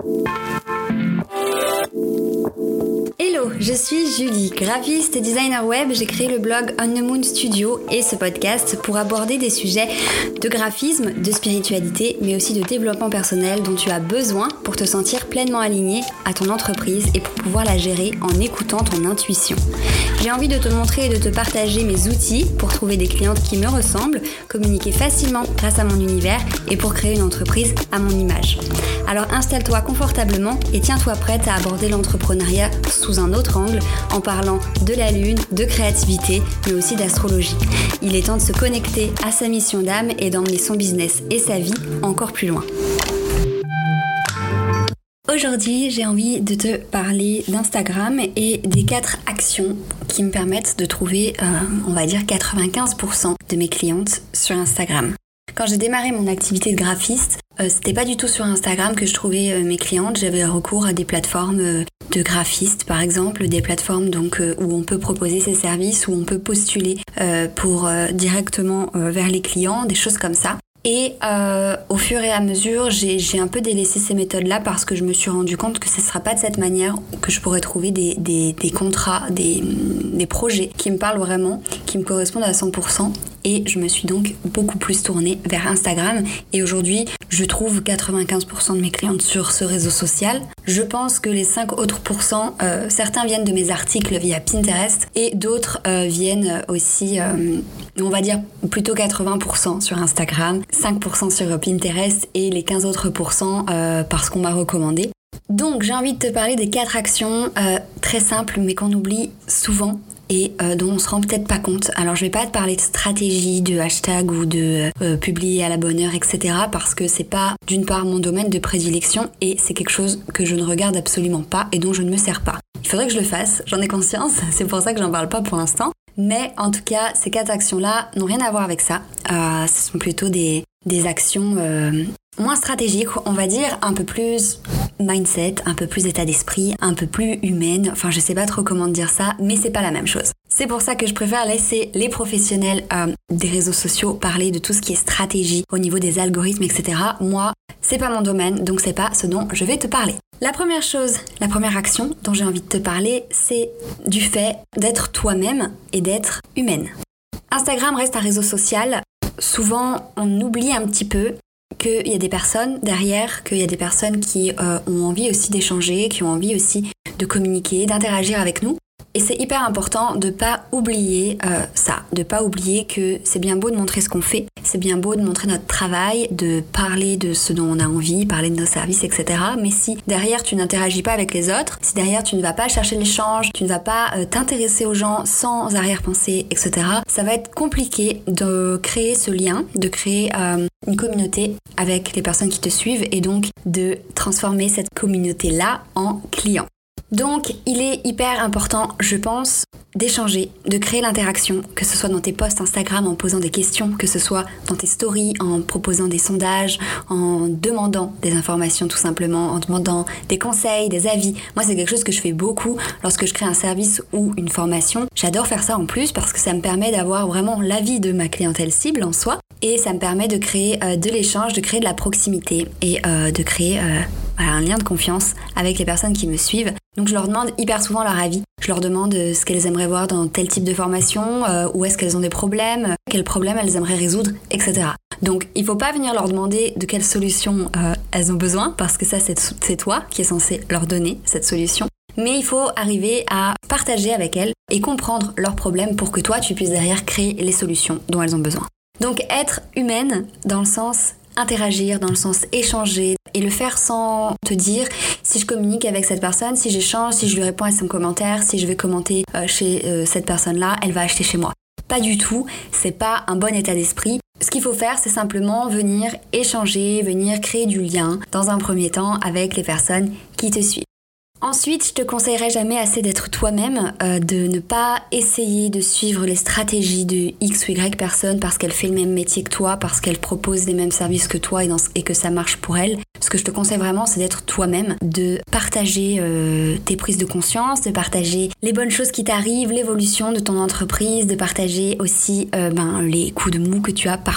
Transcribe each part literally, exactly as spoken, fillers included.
Hello, je suis Julie, graphiste et designer web. J'ai créé le blog On the Moon Studio et ce podcast pour aborder des sujets de graphisme, de spiritualité, mais aussi de développement personnel dont tu as besoin pour te sentir pleinement aligné à ton entreprise et pour pouvoir la gérer en écoutant ton intuition. J'ai envie de te montrer et de te partager mes outils pour trouver des clientes qui me ressemblent, communiquer facilement grâce à mon univers et pour créer une entreprise à mon image. Alors installe-toi confortablement et tiens-toi prête à aborder l'entrepreneuriat sous un autre angle en parlant de la lune, de créativité, mais aussi d'astrologie. Il est temps de se connecter à sa mission d'âme et d'emmener son business et sa vie encore plus loin. Aujourd'hui, j'ai envie de te parler d'Instagram et des quatre actions qui me permettent de trouver, euh, on va dire, quatre-vingt-quinze pour cent de mes clientes sur Instagram. Quand j'ai démarré mon activité de graphiste, euh, c'était pas du tout sur Instagram que je trouvais euh, mes clientes. J'avais recours à des plateformes euh, de graphistes, par exemple, des plateformes donc euh, où on peut proposer ses services, où on peut postuler euh, pour euh, directement euh, vers les clients, des choses comme ça. Et euh, au fur et à mesure, j'ai, j'ai un peu délaissé ces méthodes-là parce que je me suis rendu compte que ce ne sera pas de cette manière que je pourrais trouver des, des, des contrats, des, des projets qui me parlent vraiment, qui me correspondent à cent pour cent. Et je me suis donc beaucoup plus tournée vers Instagram. Et aujourd'hui, je trouve quatre-vingt-quinze pour cent de mes clientes sur ce réseau social. Je pense que les cinq autres pourcents, euh, certains viennent de mes articles via Pinterest et d'autres euh, viennent aussi, euh, on va dire plutôt quatre-vingts pour cent sur Instagram, cinq pour cent sur Pinterest et les quinze autres pourcents euh, parce qu'on m'a recommandé. Donc j'ai envie de te parler des quatre actions euh, très simples mais qu'on oublie souvent et euh, dont on se rend peut-être pas compte. Alors je vais pas te parler de stratégie, de hashtag ou de euh, publier à la bonne heure, et cetera parce que c'est pas d'une part mon domaine de prédilection et c'est quelque chose que je ne regarde absolument pas et dont je ne me sers pas. Il faudrait que je le fasse, j'en ai conscience, c'est pour ça que j'en parle pas pour l'instant. Mais en tout cas, ces quatre actions-là n'ont rien à voir avec ça. Euh, ce sont plutôt des, des actions euh, moins stratégiques, on va dire, un peu plus mindset, un peu plus état d'esprit, un peu plus humaine. Enfin, je sais pas trop comment dire ça, mais c'est pas la même chose. C'est pour ça que je préfère laisser les professionnels euh, des réseaux sociaux parler de tout ce qui est stratégie au niveau des algorithmes, et cetera. Moi, c'est pas mon domaine, donc c'est pas ce dont je vais te parler. La première chose, la première action dont j'ai envie de te parler, c'est du fait d'être toi-même et d'être humaine. Instagram reste un réseau social. Souvent, on oublie un petit peu qu'il y a des personnes derrière, qu'il y a des personnes qui euh, ont envie aussi d'échanger, qui ont envie aussi de communiquer, d'interagir avec nous. Et c'est hyper important de pas oublier euh, ça, de pas oublier que c'est bien beau de montrer ce qu'on fait, c'est bien beau de montrer notre travail, de parler de ce dont on a envie, parler de nos services, et cetera. Mais si derrière tu n'interagis pas avec les autres, si derrière tu ne vas pas chercher l'échange, tu ne vas pas euh, t'intéresser aux gens sans arrière-pensée, et cetera, ça va être compliqué de créer ce lien, de créer euh, une communauté avec les personnes qui te suivent et donc de transformer cette communauté-là en client. Donc, il est hyper important, je pense, d'échanger, de créer l'interaction, que ce soit dans tes posts Instagram en posant des questions, que ce soit dans tes stories en proposant des sondages, en demandant des informations tout simplement, en demandant des conseils, des avis. Moi, c'est quelque chose que je fais beaucoup lorsque je crée un service ou une formation. J'adore faire ça en plus parce que ça me permet d'avoir vraiment l'avis de ma clientèle cible en soi et ça me permet de créer euh, de l'échange, de créer de la proximité et euh, de créer euh, voilà, un lien de confiance avec les personnes qui me suivent. Donc je leur demande hyper souvent leur avis. Je leur demande ce qu'elles aimeraient voir dans tel type de formation, euh, où est-ce qu'elles ont des problèmes, quels problèmes elles aimeraient résoudre, et cetera. Donc il faut pas venir leur demander de quelle solution euh, elles ont besoin, parce que ça c'est, c'est toi qui es censé leur donner cette solution. Mais il faut arriver à partager avec elles et comprendre leurs problèmes pour que toi tu puisses derrière créer les solutions dont elles ont besoin. Donc être humaine dans le sens interagir, dans le sens échanger et le faire sans te dire si je communique avec cette personne, si j'échange, si je lui réponds à son commentaire, si je vais commenter euh, chez euh, cette personne-là, elle va acheter chez moi. Pas du tout, c'est pas un bon état d'esprit. Ce qu'il faut faire, c'est simplement venir échanger, venir créer du lien dans un premier temps avec les personnes qui te suivent. Ensuite, je te conseillerais jamais assez d'être toi-même, euh, de ne pas essayer de suivre les stratégies de X ou Y personne parce qu'elle fait le même métier que toi, parce qu'elle propose les mêmes services que toi et, dans, et que ça marche pour elle. Ce que je te conseille vraiment, c'est d'être toi-même, de partager euh, tes prises de conscience, de partager les bonnes choses qui t'arrivent, l'évolution de ton entreprise, de partager aussi euh, ben, les coups de mou que tu as parfois,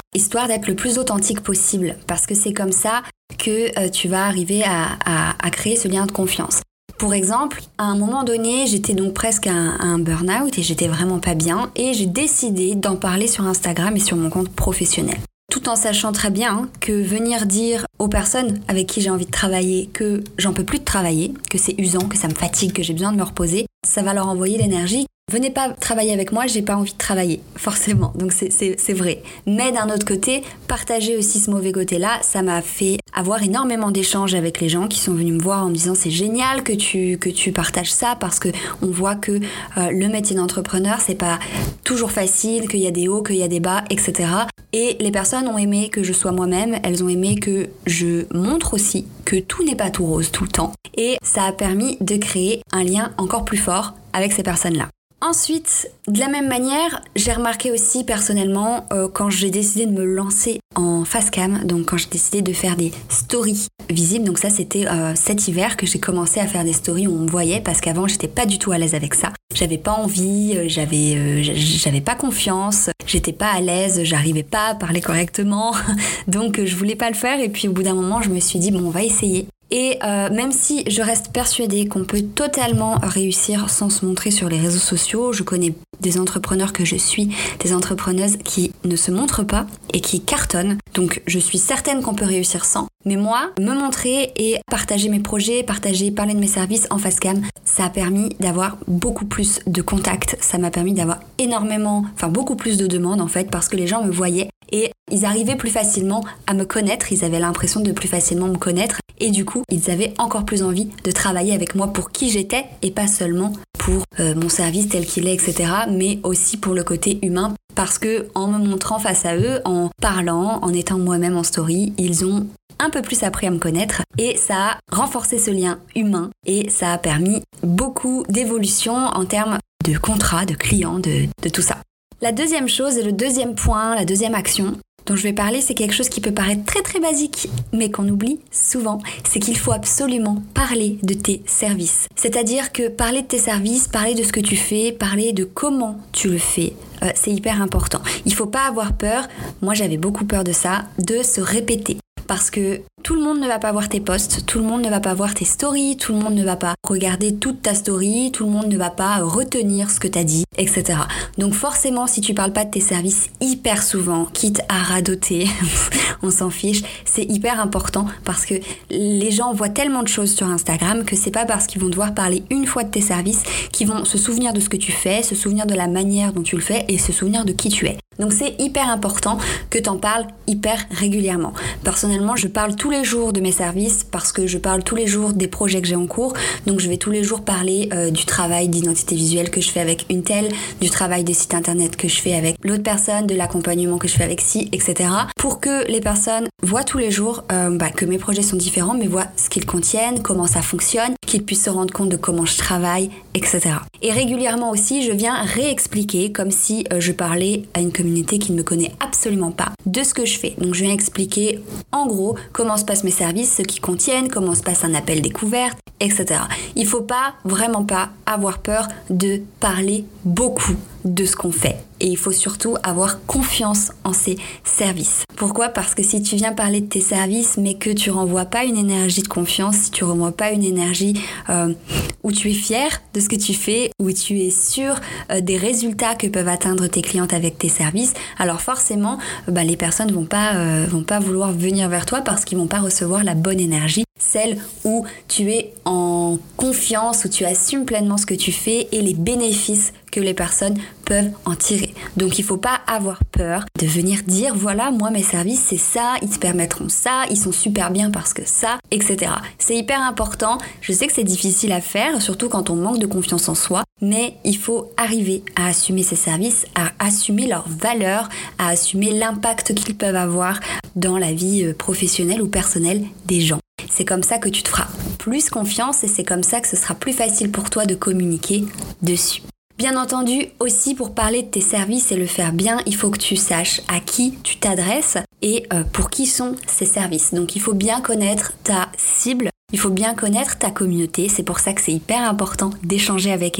histoire d'être le plus authentique possible, parce que c'est comme ça que euh, tu vas arriver à, à, à créer ce lien de confiance. Pour exemple, à un moment donné, j'étais donc presque à un, à un burn-out et j'étais vraiment pas bien et j'ai décidé d'en parler sur Instagram et sur mon compte professionnel. Tout en sachant très bien que venir dire aux personnes avec qui j'ai envie de travailler que j'en peux plus de travailler, que c'est usant, que ça me fatigue, que j'ai besoin de me reposer, ça va leur envoyer l'énergie. Venez pas travailler avec moi, j'ai pas envie de travailler, forcément, donc c'est, c'est, c'est vrai. Mais d'un autre côté, partager aussi ce mauvais côté-là, ça m'a fait avoir énormément d'échanges avec les gens qui sont venus me voir en me disant c'est génial que tu, que tu partages ça parce que on voit que euh, le métier d'entrepreneur, c'est pas toujours facile, qu'il y a des hauts, qu'il y a des bas, et cetera. Et les personnes ont aimé que je sois moi-même, elles ont aimé que je montre aussi que tout n'est pas tout rose tout le temps. Et ça a permis de créer un lien encore plus fort avec ces personnes-là. Ensuite, de la même manière, j'ai remarqué aussi personnellement euh, quand j'ai décidé de me lancer en face cam, donc quand j'ai décidé de faire des stories visibles, donc ça c'était euh, cet hiver que j'ai commencé à faire des stories où on me voyait parce qu'avant j'étais pas du tout à l'aise avec ça. J'avais pas envie, euh, j'avais, euh, j'avais pas confiance, j'étais pas à l'aise, j'arrivais pas à parler correctement, donc euh, je voulais pas le faire et puis au bout d'un moment je me suis dit bon on va essayer. Et euh, même si je reste persuadée qu'on peut totalement réussir sans se montrer sur les réseaux sociaux, je connais des entrepreneurs que je suis, des entrepreneuses qui ne se montrent pas et qui cartonnent. Donc je suis certaine qu'on peut réussir sans. Mais moi, me montrer et partager mes projets, partager, parler de mes services en face cam, ça a permis d'avoir beaucoup plus de contacts. Ça m'a permis d'avoir énormément, enfin beaucoup plus de demandes en fait, parce que les gens me voyaient et ils arrivaient plus facilement à me connaître. Ils avaient l'impression de plus facilement me connaître. Et du coup, ils avaient encore plus envie de travailler avec moi pour qui j'étais et pas seulement pour euh, mon service tel qu'il est, et cetera, mais aussi pour le côté humain. Parce que en me montrant face à eux, en parlant, en étant moi-même en story, ils ont un peu plus appris à me connaître et ça a renforcé ce lien humain et ça a permis beaucoup d'évolution en termes de contrats, de clients, de, de tout ça. La deuxième chose et le deuxième point, la deuxième action dont je vais parler, c'est quelque chose qui peut paraître très très basique, mais qu'on oublie souvent, c'est qu'il faut absolument parler de tes services. C'est-à-dire que parler de tes services, parler de ce que tu fais, parler de comment tu le fais, euh, c'est hyper important. Il faut pas avoir peur, moi j'avais beaucoup peur de ça, de se répéter. Parce que tout le monde ne va pas voir tes posts, tout le monde ne va pas voir tes stories, tout le monde ne va pas regarder toute ta story, tout le monde ne va pas retenir ce que t'as dit, et cetera. Donc forcément, si tu parles pas de tes services hyper souvent, quitte à radoter, on s'en fiche, c'est hyper important parce que les gens voient tellement de choses sur Instagram que c'est pas parce qu'ils vont devoir parler une fois de tes services qu'ils vont se souvenir de ce que tu fais, se souvenir de la manière dont tu le fais et se souvenir de qui tu es. Donc c'est hyper important que t'en parles hyper régulièrement. Personnellement, je parle tous les jours de mes services parce que je parle tous les jours des projets que j'ai en cours. Donc je vais tous les jours parler euh, du travail d'identité visuelle que je fais avec une telle, du travail des sites internet que je fais avec l'autre personne, de l'accompagnement que je fais avec ci, et cetera. Pour que les personnes voient tous les jours euh, bah, que mes projets sont différents, mais voient ce qu'ils contiennent, comment ça fonctionne, qu'ils puissent se rendre compte de comment je travaille, et cetera. Et régulièrement aussi, je viens réexpliquer comme si euh, je parlais à une communauté qui ne me connaît absolument pas de ce que je fais. Donc je viens expliquer en gros comment se passent mes services, ce qu'ils contiennent, comment se passe un appel découverte, et cetera. Il faut pas, vraiment pas, avoir peur de parler beaucoup de ce qu'on fait. Et il faut surtout avoir confiance en ces services. Pourquoi ? Parce que si tu viens parler de tes services, mais que tu renvoies pas une énergie de confiance, si tu renvoies pas une énergie euh, où tu es fier de ce que tu fais, où tu es sûr euh, des résultats que peuvent atteindre tes clientes avec tes services, alors forcément, bah, les personnes vont pas, euh, vont pas vouloir venir vers toi parce qu'ils vont pas recevoir la bonne énergie, celle où tu es en confiance, où tu assumes pleinement ce que tu fais et les bénéfices que les personnes peuvent en tirer. Donc il faut pas avoir peur de venir dire voilà, moi mes services c'est ça, ils te permettront ça, ils sont super bien parce que ça, et cetera. C'est hyper important. Je sais que c'est difficile à faire, surtout quand on manque de confiance en soi, mais il faut arriver à assumer ces services, à assumer leur valeur, à assumer l'impact qu'ils peuvent avoir dans la vie professionnelle ou personnelle des gens. C'est comme ça que tu te feras plus confiance et c'est comme ça que ce sera plus facile pour toi de communiquer dessus. Bien entendu, aussi pour parler de tes services et le faire bien, il faut que tu saches à qui tu t'adresses et euh, pour qui sont ces services. Donc il faut bien connaître ta cible, il faut bien connaître ta communauté, c'est pour ça que c'est hyper important d'échanger avec elle,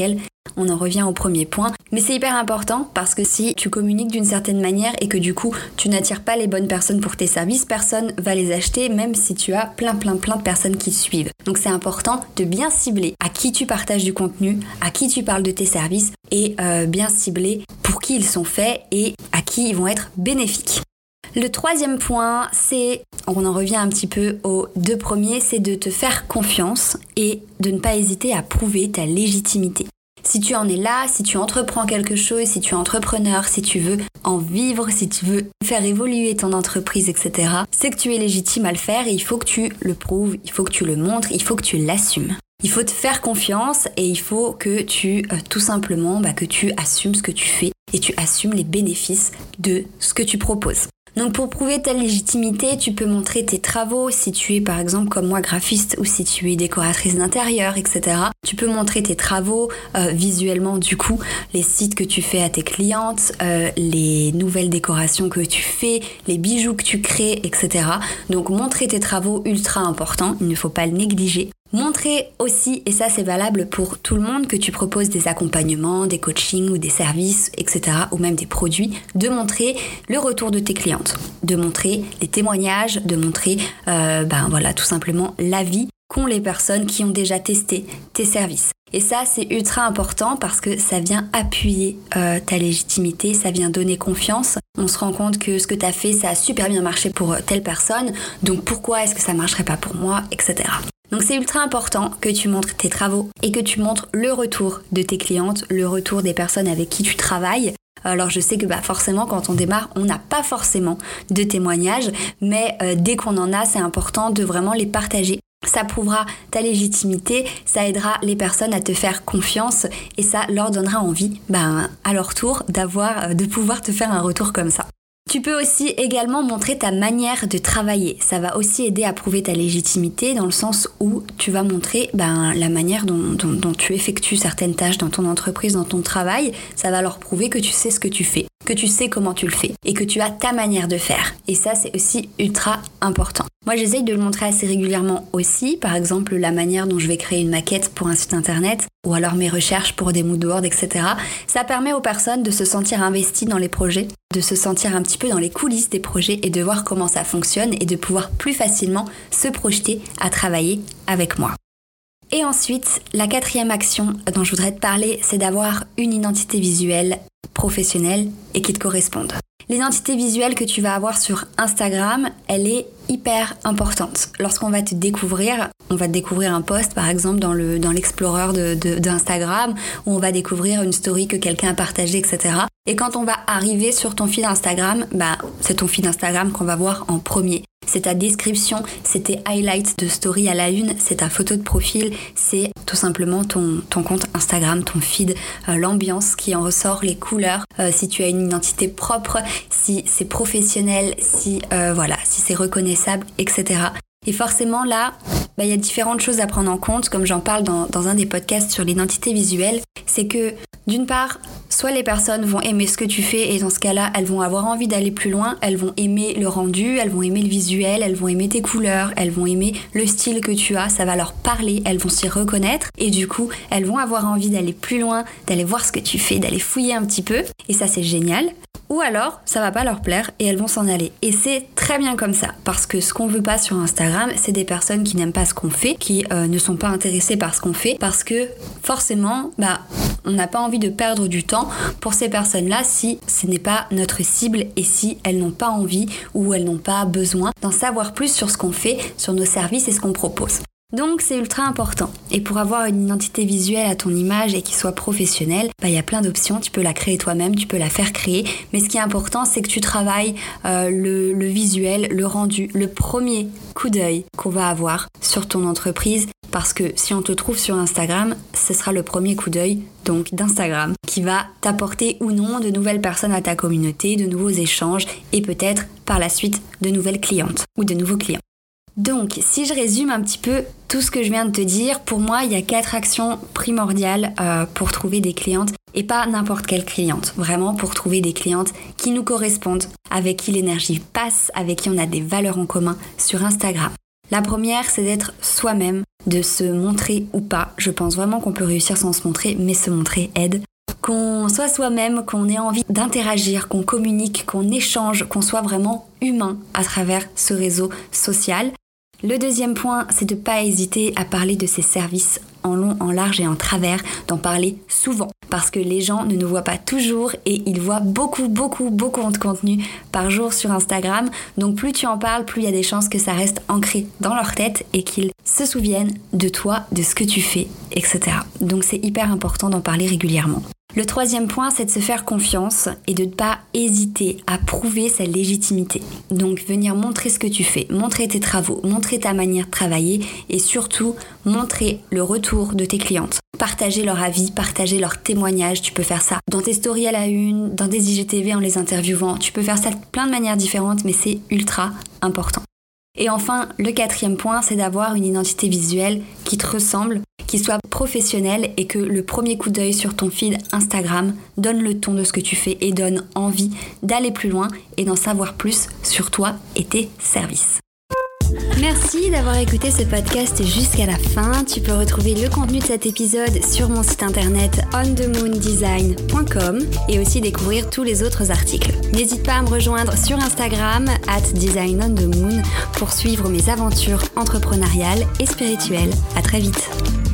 On en revient au premier point. Mais c'est hyper important parce que si tu communiques d'une certaine manière et que du coup tu n'attires pas les bonnes personnes pour tes services, personne va les acheter même si tu as plein plein plein de personnes qui suivent. Donc c'est important de bien cibler à qui tu partages du contenu, à qui tu parles de tes services et euh, bien cibler pour qui ils sont faits et à qui ils vont être bénéfiques. Le troisième point, c'est, on en revient un petit peu aux deux premiers, c'est de te faire confiance et de ne pas hésiter à prouver ta légitimité. Si tu en es là, si tu entreprends quelque chose, si tu es entrepreneur, si tu veux en vivre, si tu veux faire évoluer ton entreprise, et cetera, c'est que tu es légitime à le faire et il faut que tu le prouves, il faut que tu le montres, il faut que tu l'assumes. Il faut te faire confiance et il faut que tu, euh, tout simplement, bah, que tu assumes ce que tu fais et tu assumes les bénéfices de ce que tu proposes. Donc pour prouver ta légitimité, tu peux montrer tes travaux si tu es par exemple comme moi graphiste ou si tu es décoratrice d'intérieur, et cetera. Tu peux montrer tes travaux euh, visuellement du coup, les sites que tu fais à tes clientes, euh, les nouvelles décorations que tu fais, les bijoux que tu crées, et cetera. Donc montrer tes travaux, ultra important, il ne faut pas le négliger. Montrer aussi, et ça c'est valable pour tout le monde, que tu proposes des accompagnements, des coachings ou des services, et cetera, ou même des produits, de montrer le retour de tes clientes, de montrer les témoignages, de montrer euh, ben voilà, tout simplement l'avis qu'ont les personnes qui ont déjà testé tes services. Et ça c'est ultra important parce que ça vient appuyer euh, ta légitimité, ça vient donner confiance. On se rend compte que ce que tu as fait, ça a super bien marché pour telle personne, donc pourquoi est-ce que ça marcherait pas pour moi, et cetera. Donc c'est ultra important que tu montres tes travaux et que tu montres le retour de tes clientes, le retour des personnes avec qui tu travailles. Alors je sais que bah forcément quand on démarre, on n'a pas forcément de témoignages, mais euh, dès qu'on en a, c'est important de vraiment les partager. Ça prouvera ta légitimité, ça aidera les personnes à te faire confiance et ça leur donnera envie, bah, à leur tour, d'avoir, de pouvoir te faire un retour comme ça. Tu peux aussi également montrer ta manière de travailler. Ça va aussi aider à prouver ta légitimité dans le sens où tu vas montrer ben, la manière dont, dont, dont tu effectues certaines tâches dans ton entreprise, dans ton travail. Ça va leur prouver que tu sais ce que tu fais, que tu sais comment tu le fais et que tu as ta manière de faire. Et ça, c'est aussi ultra important. Moi, j'essaye de le montrer assez régulièrement aussi. Par exemple, la manière dont je vais créer une maquette pour un site internet ou alors mes recherches pour des moodboards, et cetera. Ça permet aux personnes de se sentir investies dans les projets, de se sentir un petit peu dans les coulisses des projets et de voir comment ça fonctionne et de pouvoir plus facilement se projeter à travailler avec moi. Et ensuite, la quatrième action dont je voudrais te parler, c'est d'avoir une identité visuelle professionnelle et qui te corresponde. L'identité visuelle que tu vas avoir sur Instagram, elle est hyper importante. Lorsqu'on va te découvrir, on va découvrir un post par exemple dans le dans l'explorer de, de, d'Instagram où on va découvrir une story que quelqu'un a partagée, et cetera. Et quand on va arriver sur ton feed Instagram, bah c'est ton feed Instagram qu'on va voir en premier. C'est ta description, c'est tes highlights de story à la une, c'est ta photo de profil, c'est tout simplement ton, ton compte Instagram, ton feed, euh, l'ambiance qui en ressort, les couleurs, euh, si tu as une identité propre, si c'est professionnel, si euh, voilà, si c'est reconnaissable, et cetera. Et forcément là, bah, y a différentes choses à prendre en compte, comme j'en parle dans, dans un des podcasts sur l'identité visuelle, c'est que d'une part, soit les personnes vont aimer ce que tu fais et dans ce cas-là, elles vont avoir envie d'aller plus loin, elles vont aimer le rendu, elles vont aimer le visuel, elles vont aimer tes couleurs, elles vont aimer le style que tu as, ça va leur parler, elles vont s'y reconnaître et du coup, elles vont avoir envie d'aller plus loin, d'aller voir ce que tu fais, d'aller fouiller un petit peu et ça c'est génial. Ou alors, ça va pas leur plaire et elles vont s'en aller. Et c'est très bien comme ça, parce que ce qu'on veut pas sur Instagram, c'est des personnes qui n'aiment pas ce qu'on fait, qui euh, ne sont pas intéressées par ce qu'on fait, parce que forcément, bah, on n'a pas envie de perdre du temps pour ces personnes-là si ce n'est pas notre cible et si elles n'ont pas envie ou elles n'ont pas besoin d'en savoir plus sur ce qu'on fait, sur nos services et ce qu'on propose. Donc c'est ultra important. Et pour avoir une identité visuelle à ton image et qui soit professionnelle, bah, y a plein d'options. Tu peux la créer toi-même, tu peux la faire créer. Mais ce qui est important, c'est que tu travailles euh, le, le visuel, le rendu, le premier coup d'œil qu'on va avoir sur ton entreprise. Parce que si on te trouve sur Instagram, ce sera le premier coup d'œil donc d'Instagram qui va t'apporter ou non de nouvelles personnes à ta communauté, de nouveaux échanges et peut-être par la suite de nouvelles clientes ou de nouveaux clients. Donc, si je résume un petit peu tout ce que je viens de te dire, pour moi, il y a quatre actions primordiales euh, pour trouver des clientes et pas n'importe quelle cliente. Vraiment pour trouver des clientes qui nous correspondent, avec qui l'énergie passe, avec qui on a des valeurs en commun sur Instagram. La première, c'est d'être soi-même de se montrer ou pas. Je pense vraiment qu'on peut réussir sans se montrer, mais se montrer aide. Qu'on soit soi-même, qu'on ait envie d'interagir, qu'on communique, qu'on échange, qu'on soit vraiment humain à travers ce réseau social. Le deuxième point, c'est de ne pas hésiter à parler de ses services en long, en large et en travers, d'en parler souvent. Parce que les gens ne nous voient pas toujours et ils voient beaucoup, beaucoup, beaucoup de contenu par jour sur Instagram. Donc plus tu en parles, plus il y a des chances que ça reste ancré dans leur tête et qu'ils se souviennent de toi, de ce que tu fais, et cetera. Donc c'est hyper important d'en parler régulièrement. Le troisième point, c'est de se faire confiance et de ne pas hésiter à prouver sa légitimité. Donc venir montrer ce que tu fais, montrer tes travaux, montrer ta manière de travailler et surtout montrer le retour de tes clientes. Partager leur avis, partager leurs témoignages, tu peux faire ça dans tes stories à la une, dans des I G T V en les interviewant, tu peux faire ça de plein de manières différentes mais c'est ultra important. Et enfin, le quatrième point, c'est d'avoir une identité visuelle qui te ressemble, qui soit professionnelle et que le premier coup d'œil sur ton feed Instagram donne le ton de ce que tu fais et donne envie d'aller plus loin et d'en savoir plus sur toi et tes services. Merci d'avoir écouté ce podcast jusqu'à la fin. Tu peux retrouver le contenu de cet épisode sur mon site internet on the moon design point com et aussi découvrir tous les autres articles. N'hésite pas à me rejoindre sur Instagram at design on the moon pour suivre mes aventures entrepreneuriales et spirituelles. À très vite.